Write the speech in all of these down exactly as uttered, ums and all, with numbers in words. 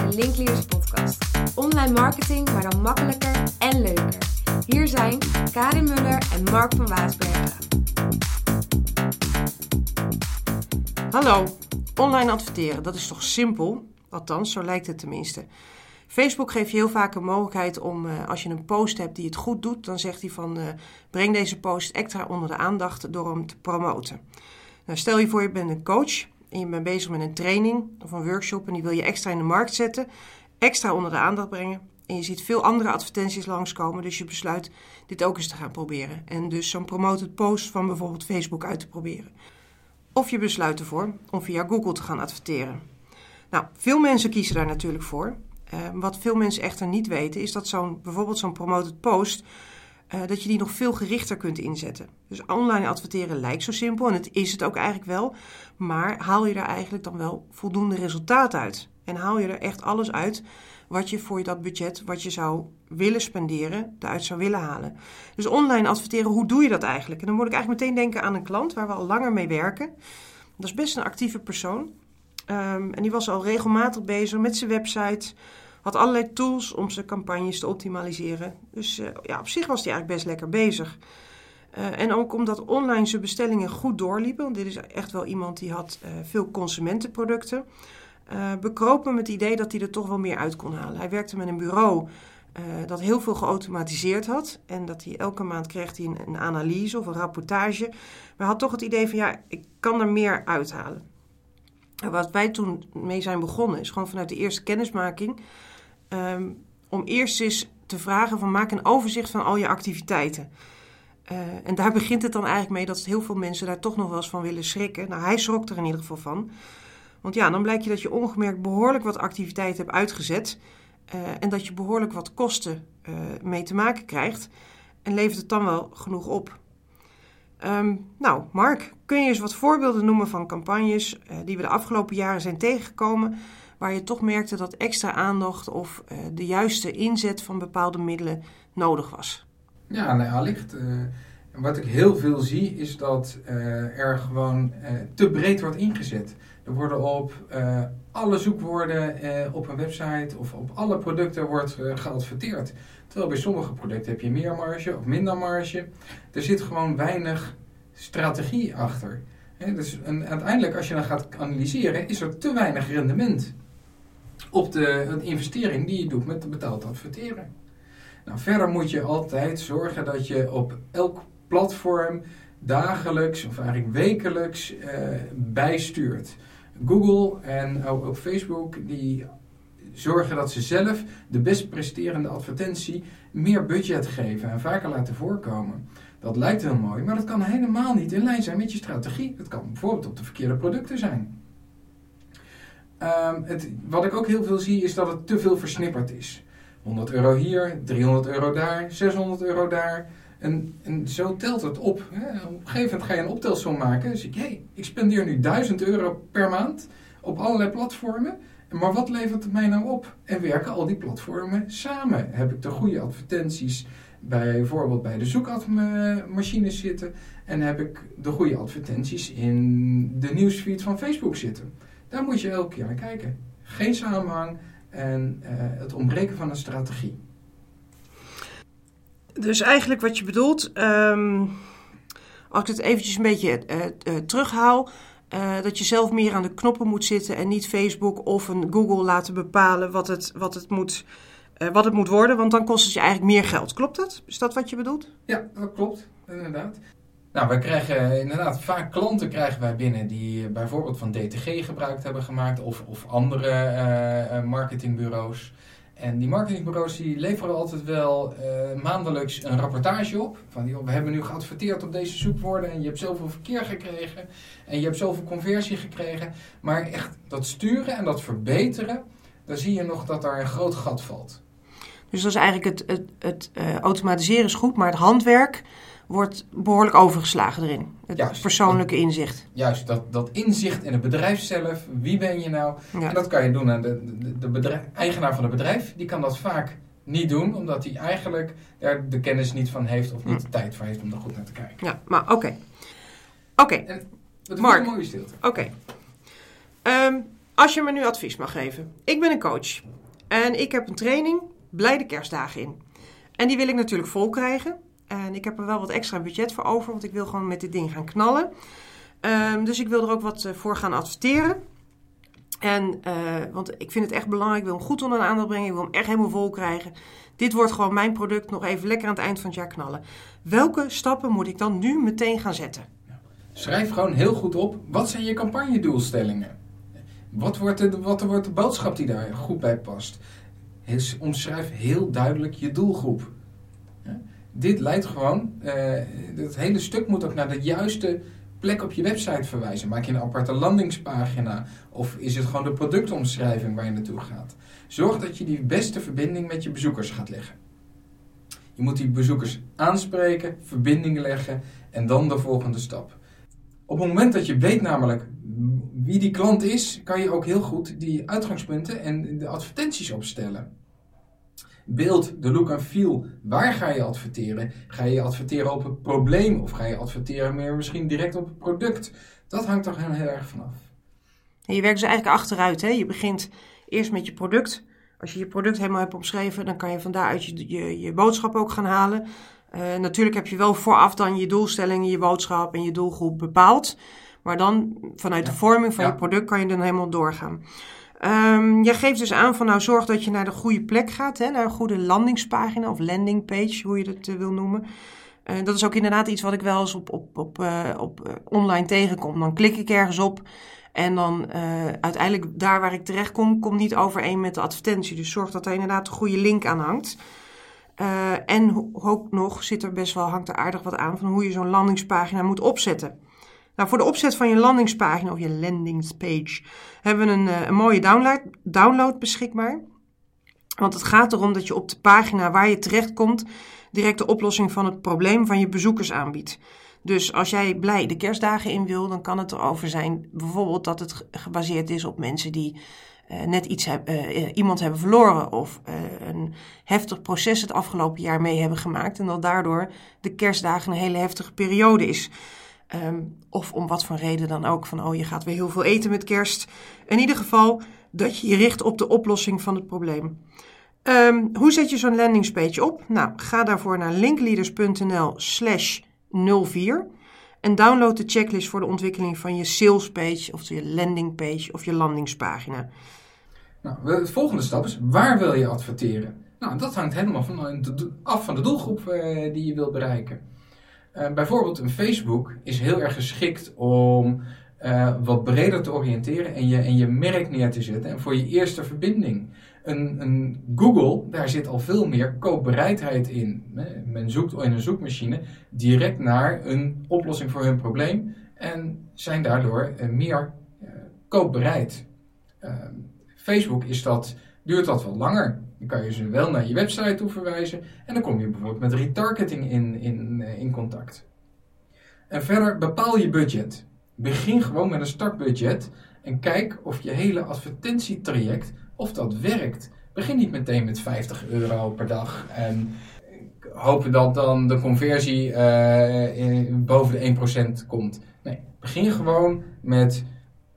de Linkleaders podcast. Online marketing, maar dan makkelijker en leuker. Hier zijn Karin Muller en Mark van Waasbergen. Hallo, online adverteren, dat is toch simpel? Althans, zo lijkt het tenminste. Facebook geeft je heel vaak een mogelijkheid om, uh, als je een post hebt die het goed doet, dan zegt hij van, uh, breng deze post extra onder de aandacht door hem te promoten. Nou, stel je voor, je bent een coach en je bent bezig met een training of een workshop en die wil je extra in de markt zetten, extra onder de aandacht brengen. En je ziet veel andere advertenties langskomen, dus je besluit dit ook eens te gaan proberen. En dus zo'n promoted post van bijvoorbeeld Facebook uit te proberen. Of je besluit ervoor om via Google te gaan adverteren. Nou, veel mensen kiezen daar natuurlijk voor. Uh, wat veel mensen echter niet weten is dat zo'n, bijvoorbeeld zo'n promoted post, uh, dat je die nog veel gerichter kunt inzetten. Dus online adverteren lijkt zo simpel en het is het ook eigenlijk wel. Maar haal je daar eigenlijk dan wel voldoende resultaat uit? En haal je er echt alles uit wat je voor dat budget, wat je zou willen spenderen, eruit zou willen halen. Dus online adverteren, hoe doe je dat eigenlijk? En dan moet ik eigenlijk meteen denken aan een klant waar we al langer mee werken. Dat is best een actieve persoon. Um, en die was al regelmatig bezig met zijn website. Had allerlei tools om zijn campagnes te optimaliseren. Dus uh, ja, op zich was hij eigenlijk best lekker bezig. Uh, en ook omdat online zijn bestellingen goed doorliepen. Want dit is echt wel iemand die had uh, veel consumentenproducten. Uh, bekropen met het idee dat hij er toch wel meer uit kon halen. Hij werkte met een bureau uh, dat heel veel geautomatiseerd had. En dat hij elke maand kreeg hij een, een analyse of een rapportage. Maar hij had toch het idee van ja, ik kan er meer uithalen. En wat wij toen mee zijn begonnen is gewoon vanuit de eerste kennismaking. Um, om eerst eens te vragen van maak een overzicht van al je activiteiten. Uh, en daar begint het dan eigenlijk mee dat heel veel mensen daar toch nog wel eens van willen schrikken. Nou, hij schrok er in ieder geval van. Want ja, dan blijkt je dat je ongemerkt behoorlijk wat activiteiten hebt uitgezet. Uh, en dat je behoorlijk wat kosten uh, mee te maken krijgt. En levert het dan wel genoeg op. Um, nou, Mark, kun je eens wat voorbeelden noemen van campagnes uh, die we de afgelopen jaren zijn tegengekomen, waar je toch merkte dat extra aandacht of uh, de juiste inzet van bepaalde middelen nodig was? Ja, nou, allicht. Uh, wat ik heel veel zie is dat uh, er gewoon uh, te breed wordt ingezet. Er worden op uh, alle zoekwoorden uh, op een website of op alle producten wordt uh, geadverteerd. Terwijl bij sommige producten heb je meer marge of minder marge. Er zit gewoon weinig strategie achter. He, dus en uiteindelijk als je dan gaat analyseren is er te weinig rendement op de, de investering die je doet met betaald adverteren. Nou, verder moet je altijd zorgen dat je op elk platform dagelijks of eigenlijk wekelijks uh, bijstuurt. Google en ook, ook Facebook die zorgen dat ze zelf de best presterende advertentie meer budget geven en vaker laten voorkomen. Dat lijkt heel mooi, maar dat kan helemaal niet in lijn zijn met je strategie. Het kan bijvoorbeeld op de verkeerde producten zijn. Um, het, wat ik ook heel veel zie is dat het te veel versnipperd is. honderd euro hier, driehonderd euro daar, zeshonderd euro daar. En, en zo telt het op. Hè. Op een gegeven moment ga je een optelsom maken. Dus ik, hey, ik spendeer nu duizend euro per maand op allerlei platformen. Maar wat levert het mij nou op? En werken al die platformen samen? Heb ik de goede advertenties bij, bijvoorbeeld bij de zoekmachines zitten? En heb ik de goede advertenties in de nieuwsfeed van Facebook zitten? Daar moet je elke keer naar kijken. Geen samenhang en uh, het ontbreken van een strategie. Dus eigenlijk wat je bedoelt, um, als ik het eventjes een beetje uh, uh, terughaal, uh, dat je zelf meer aan de knoppen moet zitten en niet Facebook of een Google laten bepalen wat het, wat het, moet, uh, wat het moet worden, want dan kost het je eigenlijk meer geld. Klopt dat? Is dat wat je bedoelt? Ja, dat klopt, inderdaad. Nou, wij krijgen inderdaad vaak klanten krijgen wij binnen die bijvoorbeeld van D T G gebruik hebben gemaakt of, of andere uh, marketingbureaus. En die marketingbureaus die leveren altijd wel uh, maandelijks een rapportage op. Van joh, we hebben nu geadverteerd op deze zoekwoorden en je hebt zoveel verkeer gekregen. En je hebt zoveel conversie gekregen. Maar echt dat sturen en dat verbeteren, dan zie je nog dat daar een groot gat valt. Dus dat is eigenlijk het, het, het uh, automatiseren is goed, maar het handwerk wordt behoorlijk overgeslagen erin. Het juist, persoonlijke dat, inzicht. Juist, dat, dat inzicht in het bedrijf zelf. Wie ben je nou? Ja. En dat kan je doen aan de, de, de bedrijf, eigenaar van het bedrijf. Die kan dat vaak niet doen, omdat hij eigenlijk daar de kennis niet van heeft of niet hm. de tijd voor heeft om er goed naar te kijken. Ja, maar oké. Okay. Oké, okay. Mark. Een mooie stilte. Oké. Okay. Um, Als je me nu advies mag geven. Ik ben een coach. En ik heb een training, Blijde Kerstdagen in. En die wil ik natuurlijk vol krijgen. En ik heb er wel wat extra budget voor over, want ik wil gewoon met dit ding gaan knallen. Um, dus ik wil er ook wat voor gaan adverteren. En, uh, want ik vind het echt belangrijk, ik wil hem goed onder de aandacht brengen, ik wil hem echt helemaal vol krijgen. Dit wordt gewoon mijn product, nog even lekker aan het eind van het jaar knallen. Welke stappen moet ik dan nu meteen gaan zetten? Schrijf gewoon heel goed op, wat zijn je campagnedoelstellingen? Wat wordt de, wat wordt de boodschap die daar goed bij past? Omschrijf heel duidelijk je doelgroep. Ja? Dit leidt gewoon, uh, het hele stuk moet ook naar de juiste plek op je website verwijzen. Maak je een aparte landingspagina of is het gewoon de productomschrijving waar je naartoe gaat? Zorg dat je die beste verbinding met je bezoekers gaat leggen. Je moet die bezoekers aanspreken, verbinding leggen en dan de volgende stap. Op het moment dat je weet namelijk wie die klant is, kan je ook heel goed die uitgangspunten en de advertenties opstellen. Beeld, de look en feel. Waar ga je adverteren? Ga je adverteren op het probleem of ga je adverteren meer misschien direct op het product? Dat hangt er heel erg vanaf. En je werkt dus eigenlijk achteruit. Hè? Je begint eerst met je product. Als je je product helemaal hebt omschreven, dan kan je van daaruit je, je, je boodschap ook gaan halen. Uh, natuurlijk heb je wel vooraf dan je doelstellingen, je boodschap en je doelgroep bepaald. Maar dan vanuit ja. de vorming van ja. je product kan je dan helemaal doorgaan. Um, jij geeft dus aan van nou zorg dat je naar de goede plek gaat. Hè, naar een goede landingspagina of landingpage, hoe je dat uh, wil noemen. Uh, dat is ook inderdaad iets wat ik wel eens op, op, op, uh, op uh, online tegenkom. Dan klik ik ergens op en dan uh, uiteindelijk daar waar ik terecht kom, komt niet overeen met de advertentie. Dus zorg dat er inderdaad een goede link aan hangt. Uh, en ook nog zit er best wel, hangt er aardig wat aan van hoe je zo'n landingspagina moet opzetten. Nou, voor de opzet van je landingspagina of je landingspage hebben we een, uh, een mooie download, download beschikbaar. Want het gaat erom dat je op de pagina waar je terechtkomt direct de oplossing van het probleem van je bezoekers aanbiedt. Dus als jij blij de kerstdagen in wil, dan kan het erover zijn bijvoorbeeld dat het gebaseerd is op mensen die uh, net iets heb, uh, iemand hebben verloren of uh, een heftig proces het afgelopen jaar mee hebben gemaakt en dat daardoor de kerstdagen een hele heftige periode is. Um, of om wat voor reden dan ook, van oh je gaat weer heel veel eten met kerst. In ieder geval dat je je richt op de oplossing van het probleem. Um, hoe zet je zo'n landingspage op? Nou, ga daarvoor naar linkleaders.nl slash 04 en download de checklist voor de ontwikkeling van je salespage of je landingpage of je landingspagina. Nou, de volgende stap is, waar wil je adverteren? Nou, dat hangt helemaal van, af van de doelgroep uh, die je wilt bereiken. Uh, bijvoorbeeld een Facebook is heel erg geschikt om uh, wat breder te oriënteren en je, en je merk neer te zetten en voor je eerste verbinding. Een, een Google, daar zit al veel meer koopbereidheid in. Men zoekt in een zoekmachine direct naar een oplossing voor hun probleem en zijn daardoor uh, meer uh, koopbereid. Uh, Facebook is dat, duurt dat wat langer. Dan kan je ze wel naar je website toe verwijzen en dan kom je bijvoorbeeld met retargeting in, in, in contact. En verder bepaal je budget. Begin gewoon met een startbudget en kijk of je hele advertentietraject, of dat werkt. Begin niet meteen met vijftig euro per dag en hopen dat dan de conversie uh, in, boven de één procent komt. Nee, begin gewoon met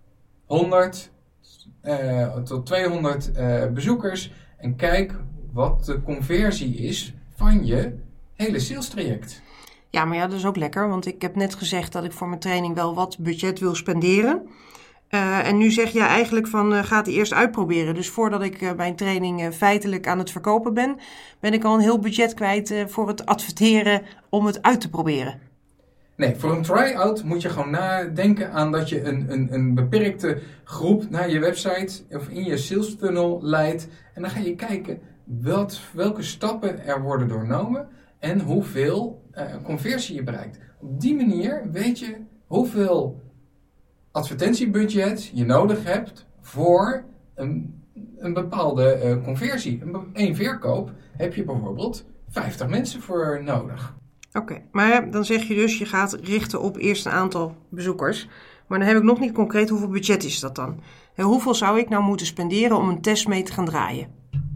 honderd uh, tot tweehonderd uh, bezoekers en kijk wat de conversie is van je hele sales traject. Ja, maar ja, dat is ook lekker, want ik heb net gezegd dat ik voor mijn training wel wat budget wil spenderen. Uh, en nu zeg je eigenlijk van uh, ga het eerst uitproberen. Dus voordat ik uh, mijn training uh, feitelijk aan het verkopen ben, ben ik al een heel budget kwijt uh, voor het adverteren om het uit te proberen. Nee, voor een try-out moet je gewoon nadenken aan dat je een, een, een beperkte groep naar je website of in je sales funnel leidt. En dan ga je kijken wat, welke stappen er worden doornomen en hoeveel uh, conversie je bereikt. Op die manier weet je hoeveel advertentiebudget je nodig hebt voor een, een bepaalde uh, conversie. Een, een verkoop heb je bijvoorbeeld vijftig mensen voor nodig. Oké, okay, maar dan zeg je dus je gaat richten op eerst een aantal bezoekers. Maar dan heb ik nog niet concreet hoeveel budget is dat dan. En hoeveel zou ik nou moeten spenderen om een test mee te gaan draaien?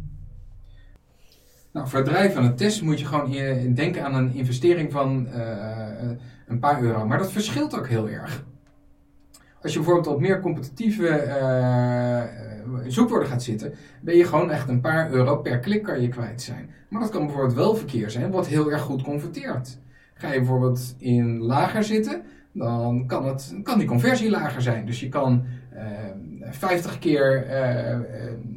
Nou, voor het draaien van een test moet je gewoon denken aan een investering van uh, een paar euro. Maar dat verschilt ook heel erg. Als je bijvoorbeeld op meer competitieve uh, zoekwoorden gaat zitten, ben je gewoon echt een paar euro per klik kan je kwijt zijn. Maar dat kan bijvoorbeeld wel verkeer zijn, wat heel erg goed converteert. Ga je bijvoorbeeld in lager zitten, dan kan, het, kan die conversie lager zijn. Dus je kan uh, vijftig keer uh, uh,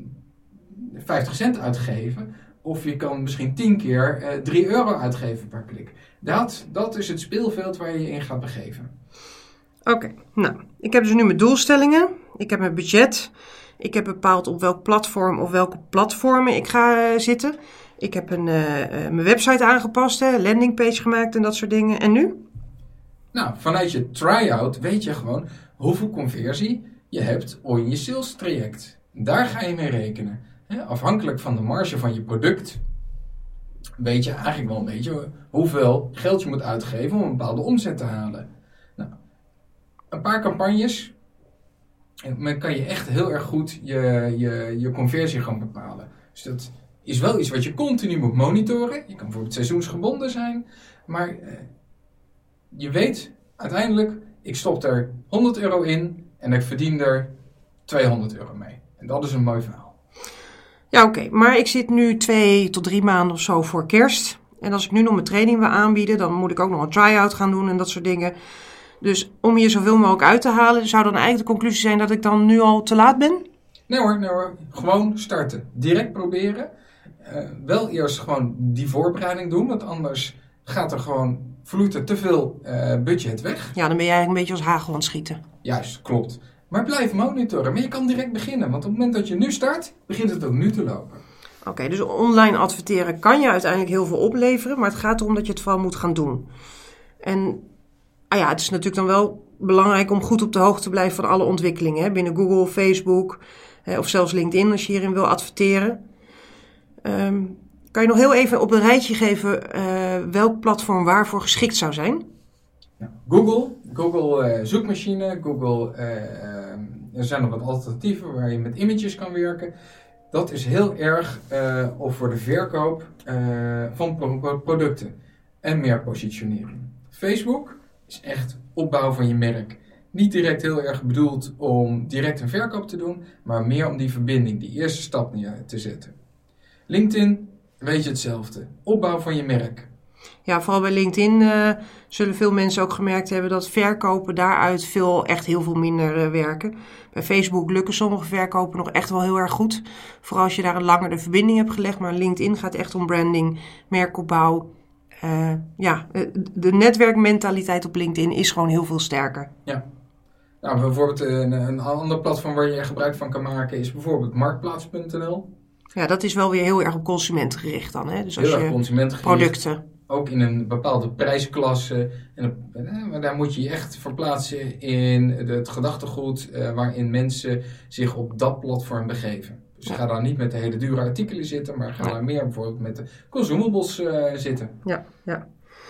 vijftig cent uitgeven. Of je kan misschien tien keer uh, drie euro uitgeven per klik. Dat, dat is het speelveld waar je je in gaat begeven. Oké, okay, nou, ik heb dus nu mijn doelstellingen. Ik heb mijn budget. Ik heb bepaald op welk platform of welke platformen ik ga uh, zitten. Ik heb een, uh, uh, mijn website aangepast, hè, landingpage gemaakt en dat soort dingen. En nu? Nou, vanuit je try-out weet je gewoon hoeveel conversie je hebt in je sales traject. Daar ga je mee rekenen. He, afhankelijk van de marge van je product weet je eigenlijk wel een beetje hoeveel geld je moet uitgeven om een bepaalde omzet te halen. Nou, een paar campagnes, dan kan je echt heel erg goed je, je, je conversie gaan bepalen. Dus dat is wel iets wat je continu moet monitoren. Je kan bijvoorbeeld seizoensgebonden zijn, maar eh, je weet uiteindelijk, ik stop er honderd euro in en ik verdien er tweehonderd euro mee. En dat is een mooi verhaal. Ja, oké. Okay. Maar ik zit nu twee tot drie maanden of zo voor kerst. En als ik nu nog mijn training wil aanbieden, dan moet ik ook nog een try-out gaan doen en dat soort dingen. Dus om hier zoveel mogelijk uit te halen, zou dan eigenlijk de conclusie zijn dat ik dan nu al te laat ben? Nee hoor, nee hoor. Gewoon starten. Direct proberen. Uh, wel eerst gewoon die voorbereiding doen, want anders gaat er gewoon, vloeit er te veel uh, budget weg. Ja, dan ben je eigenlijk een beetje als hagel aan het schieten. Juist, klopt. Maar blijf monitoren. Maar je kan direct beginnen. Want op het moment dat je nu start, begint het ook nu te lopen. Oké, okay, dus online adverteren kan je uiteindelijk heel veel opleveren. Maar het gaat erom dat je het vooral moet gaan doen. En ah ja, het is natuurlijk dan wel belangrijk om goed op de hoogte te blijven van alle ontwikkelingen. Hè? Binnen Google, Facebook hè, of zelfs LinkedIn als je hierin wil adverteren. Um, kan je nog heel even op een rijtje geven uh, welk platform waarvoor geschikt zou zijn? Ja, Google, Google uh, zoekmachine, Google, uh, uh, er zijn nog wat alternatieven waar je met images kan werken. Dat is heel erg uh, of voor de verkoop uh, van pro- producten en meer positionering. Facebook is echt opbouw van je merk. Niet direct heel erg bedoeld om direct een verkoop te doen, maar meer om die verbinding, die eerste stap neer te zetten. LinkedIn, weet je hetzelfde. Opbouw van je merk. Ja, vooral bij LinkedIn uh, zullen veel mensen ook gemerkt hebben dat verkopen daaruit veel, echt heel veel minder uh, werken. Bij Facebook lukken sommige verkopen nog echt wel heel erg goed. Vooral als je daar een langere verbinding hebt gelegd. Maar LinkedIn gaat echt om branding, merkopbouw. Uh, ja, de netwerkmentaliteit op LinkedIn is gewoon heel veel sterker. Ja. Nou, bijvoorbeeld een, een ander platform waar je gebruik van kan maken is bijvoorbeeld marktplaats punt n l. Ja, dat is wel weer heel erg op consumenten gericht dan. Hè? Dus als heel erg je consumentengericht. Producten. Ook in een bepaalde prijsklasse. En, maar daar moet je je echt verplaatsen in het gedachtegoed uh, waarin mensen zich op dat platform begeven. Dus ja. Ga daar niet met de hele dure artikelen zitten, maar ga ja. daar meer bijvoorbeeld met de consumables uh, zitten. Ja, ja.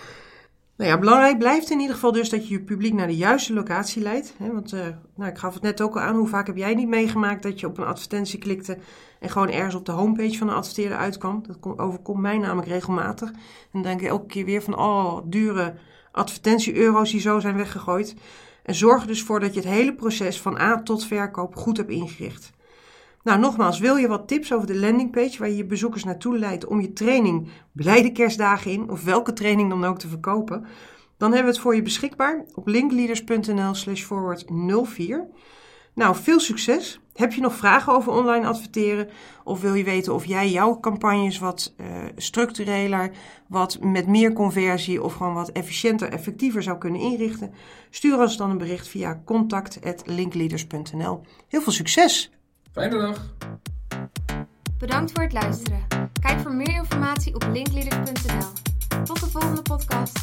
Nou ja, belangrijk blijft in ieder geval dus dat je je publiek naar de juiste locatie leidt. Hè? Want uh, nou, ik gaf het net ook al aan, hoe vaak heb jij niet meegemaakt dat je op een advertentie klikte en gewoon ergens op de homepage van een adverteerder uitkwam. Dat overkomt mij namelijk regelmatig. En dan denk ik elke keer weer van, oh, dure advertentie-euro's die zo zijn weggegooid. En zorg er dus voor dat je het hele proces van A tot verkoop goed hebt ingericht. Nou, nogmaals, wil je wat tips over de landingpage waar je je bezoekers naartoe leidt om je training Blijde Kerstdagen in, of welke training dan ook te verkopen, dan hebben we het voor je beschikbaar op linkleaders punt n l slash forward nul vier. Nou, veel succes. Heb je nog vragen over online adverteren? Of wil je weten of jij jouw campagnes wat uh, structureler, wat met meer conversie of gewoon wat efficiënter, effectiever zou kunnen inrichten? Stuur ons dan een bericht via contact at linkleaders punt n l. Heel veel succes! Fijne dag! Bedankt voor het luisteren. Kijk voor meer informatie op linkleaders punt n l. Tot de volgende podcast.